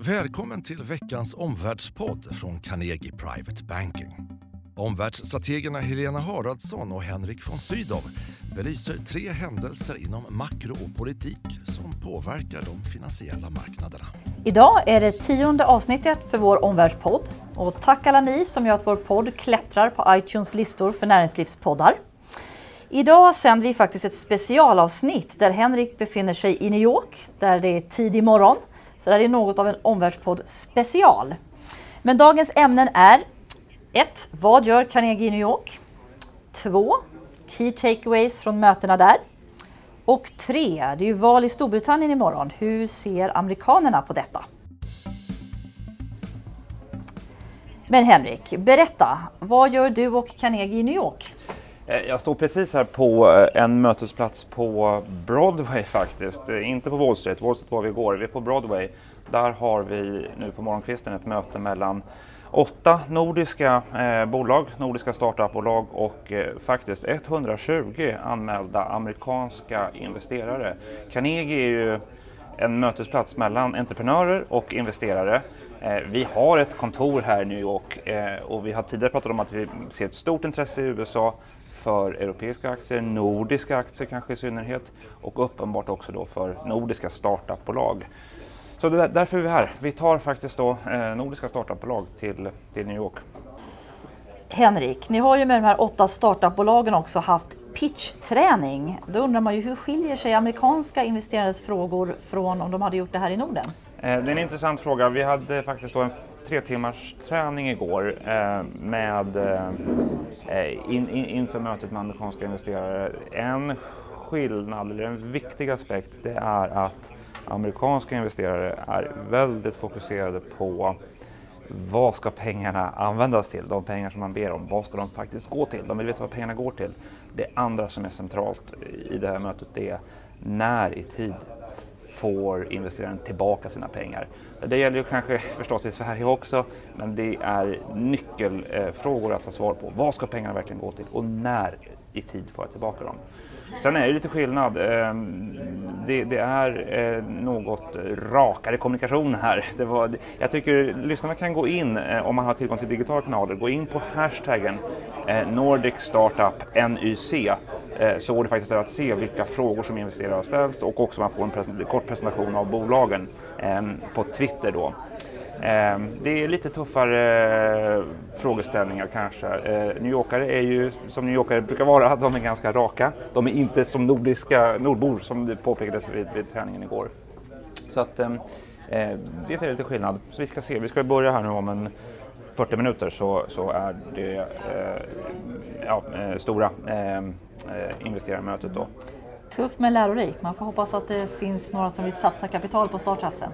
Välkommen till veckans omvärldspodd från Carnegie Private Banking. Omvärldsstrategerna Helena Haraldsson och Henrik von Sydow belyser 3 händelser inom makro och politik som påverkar de finansiella marknaderna. Idag är det 10:e avsnittet för vår omvärldspodd. Och tack alla ni som gör att vår podd klättrar på iTunes listor för näringslivspoddar. Idag sänder vi faktiskt ett specialavsnitt där Henrik befinner sig i New York, där det är tidig morgon. Så det är något av en omvärldspodd special. Men dagens ämnen är 1. Vad gör Carnegie i New York? 2. Key takeaways från mötena där. Och 3. Det är ju val i Storbritannien imorgon. Hur ser amerikanerna på detta? Men Henrik, berätta. Vad gör du och Carnegie i New York? Jag står precis här på en mötesplats på Broadway faktiskt. Inte på Wall Street. Wall Street var vi igår. Vi är på Broadway. Där har vi nu på morgonkvisten ett möte mellan 8 nordiska bolag, nordiska startupbolag och faktiskt 120 anmälda amerikanska investerare. Carnegie är ju en mötesplats mellan entreprenörer och investerare. Vi har ett kontor här i New York och vi har tidigare pratat om att vi ser ett stort intresse i USA för europeiska aktier, nordiska aktier kanske i synnerhet och uppenbart också då för nordiska startupbolag. Så därför är vi här. Vi tar faktiskt då nordiska startupbolag till New York. Henrik, ni har ju med de här 8 startupbolagen också haft pitchträning. Då undrar man ju hur skiljer sig amerikanska investerares frågor från om de hade gjort det här i Norden? Det är en intressant fråga. Vi hade faktiskt då en 3 timmars träning igår inför mötet med amerikanska investerare. En skillnad eller en viktig aspekt det är att amerikanska investerare är väldigt fokuserade på vad ska pengarna användas till, de pengar som man ber om, vad ska de faktiskt gå till, de vill veta vad pengarna går till. Det andra som är centralt i det här mötet det är när i tid får investeraren tillbaka sina pengar. Det gäller ju kanske förstås i Sverige också, men det är nyckelfrågor att ta svar på. Vad ska pengarna verkligen gå till och när i tid får jag tillbaka dem? Sen är det lite skillnad. Det är något rakare kommunikation här. Jag tycker lyssnarna kan gå in, om man har tillgång till digitala kanaler, gå in på hashtaggen Nordic Startup NYC. Så går det faktiskt att se vilka frågor som investerare har ställt och också man får en kort presentation av bolagen på Twitter då. Det är lite tuffare frågeställningar kanske. New Yorkare är ju som New Yorkare brukar vara, de är ganska raka. De är inte som nordbor som det påpekades vid träningen igår. Så att det är lite skillnad. Så vi ska se, vi ska börja här nu om en 40 minuter så är det stora investerarmötet då. Tufft men lärorikt. Man får hoppas att det finns några som vill satsa kapital på startupsen.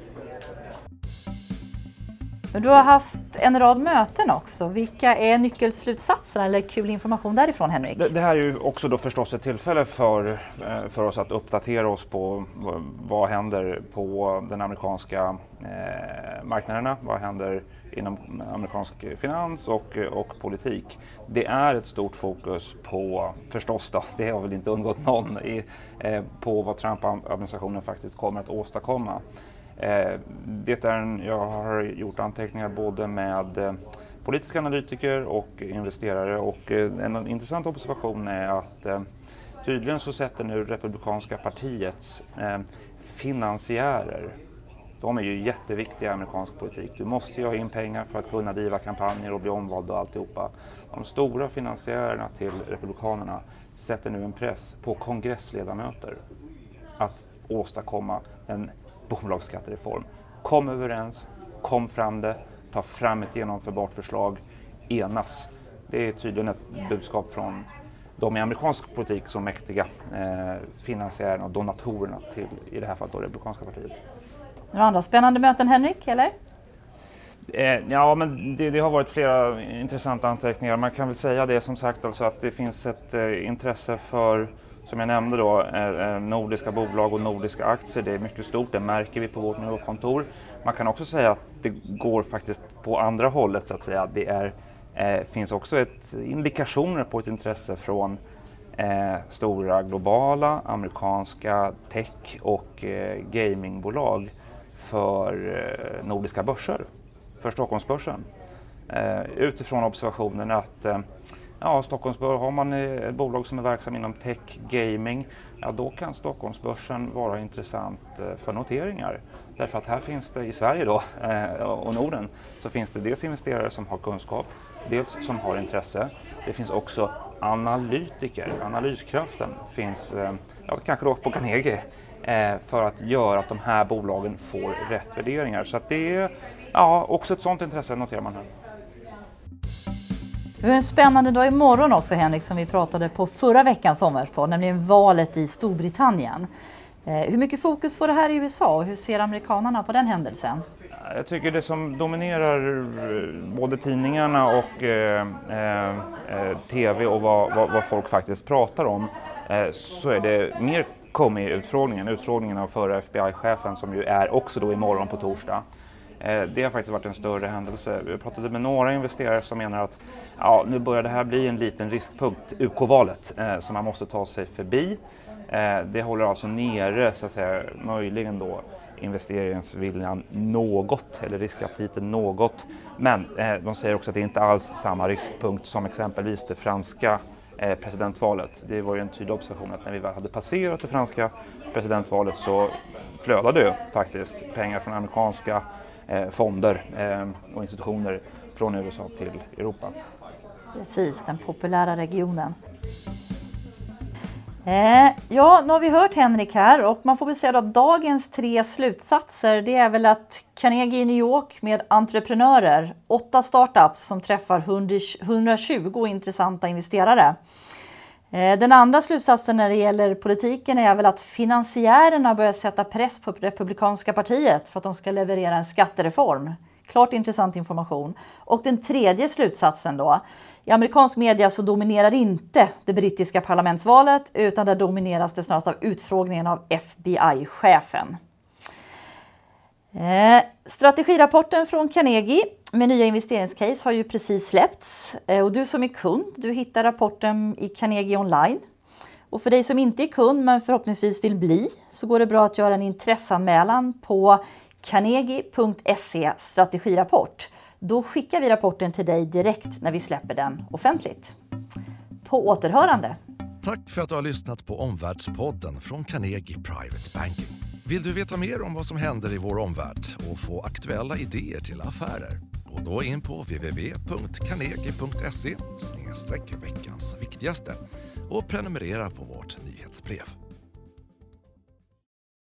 Men du har haft en rad möten också. Vilka är nyckelslutsatserna eller kul information därifrån, Henrik? Det här är ju också då förstås ett tillfälle för oss att uppdatera oss på vad händer på den amerikanska marknaderna. Vad händer inom amerikansk finans och politik. Det är ett stort fokus på, förstås då, det har väl inte undgått någon, på vad Trump-administrationen faktiskt kommer att åstadkomma. Jag har gjort anteckningar både med politiska analytiker och investerare och en intressant observation är att tydligen så sätter nu Republikanska partiets finansiärer, de är ju jätteviktiga i amerikansk politik. Du måste ju ha in pengar för att kunna driva kampanjer och bli omvald och alltihopa. De stora finansiärerna till Republikanerna sätter nu en press på kongressledamöter att åstadkomma en bolagsskattereform. Kom överens, kom fram det, ta fram ett genomförbart förslag, enas. Det är tydligen ett budskap från de i amerikansk politik som mäktiga finansiärerna och donatorerna till, i det här fallet, det republikanska partiet. Några andra spännande möten, Henrik, eller? Ja, men det har varit flera intressanta anteckningar. Man kan väl säga det som sagt alltså att det finns ett intresse för, som jag nämnde då, nordiska bolag och nordiska aktier. Det är mycket stort, det märker vi på vårt New York-kontor. Man kan också säga att det går faktiskt på andra hållet så att säga. Det finns också indikationer på ett intresse från stora globala amerikanska tech- och gamingbolag för nordiska börser, för Stockholmsbörsen. Utifrån observationen att Stockholmsbörsen, har man ett bolag som är verksam inom tech, gaming, då kan Stockholmsbörsen vara intressant för noteringar. Därför att här finns det i Sverige då, och Norden, så finns det dels investerare som har kunskap, dels som har intresse. Det finns också analytiker, analyskraften finns kanske då på Carnegie för att göra att de här bolagen får rätt värderingar. Så att det är också ett sådant intresse, noterar man här. Vi har en spännande dag imorgon också, Henrik, som vi pratade på förra veckans omvärldspodd, nämligen valet i Storbritannien. Hur mycket fokus får det här i USA och hur ser amerikanerna på den händelsen? Jag tycker det som dominerar både tidningarna och tv och vad folk faktiskt pratar om, så är det mer utfrågningen av förra FBI-chefen som ju är också då imorgon på torsdag. Det har faktiskt varit en större händelse. Vi pratade med några investerare som menar att nu börjar det här bli en liten riskpunkt, UK-valet, som man måste ta sig förbi. Det håller alltså nere, så att säga, möjligen då investeringsviljan något, eller riskaptiten något. Men de säger också att det inte alls samma riskpunkt som exempelvis det franska presidentvalet. Det var ju en tydlig observation att när vi väl hade passerat det franska presidentvalet så flödade ju faktiskt pengar från amerikanska fonder och institutioner från USA till Europa. Precis, den populära regionen. Nu har vi hört Henrik här och man får väl säga att dagens 3 slutsatser, det är väl att Carnegie i New York med entreprenörer, 8 startups som träffar 120 intressanta investerare. Den andra slutsatsen när det gäller politiken är väl att finansiärerna börjar sätta press på Republikanska partiet för att de ska leverera en skattereform. Klart intressant information. Och den tredje slutsatsen då. I amerikansk media så dominerar inte det brittiska parlamentsvalet utan där domineras det snarast av utfrågningen av FBI-chefen. Strategirapporten från Carnegie med nya investeringscase har ju precis släppts. Och du som är kund, du hittar rapporten i Carnegie online. Och för dig som inte är kund men förhoppningsvis vill bli så går det bra att göra en intresseanmälan på carnegie.se strategirapport. Då skickar vi rapporten till dig direkt när vi släpper den offentligt. På återhörande. Tack för att du har lyssnat på Omvärldspodden från Carnegie Private Banking. Vill du veta mer om vad som händer i vår omvärld och få aktuella idéer till affärer? Gå då in på www.carnegie.se/veckans viktigaste och prenumerera på vårt nyhetsbrev.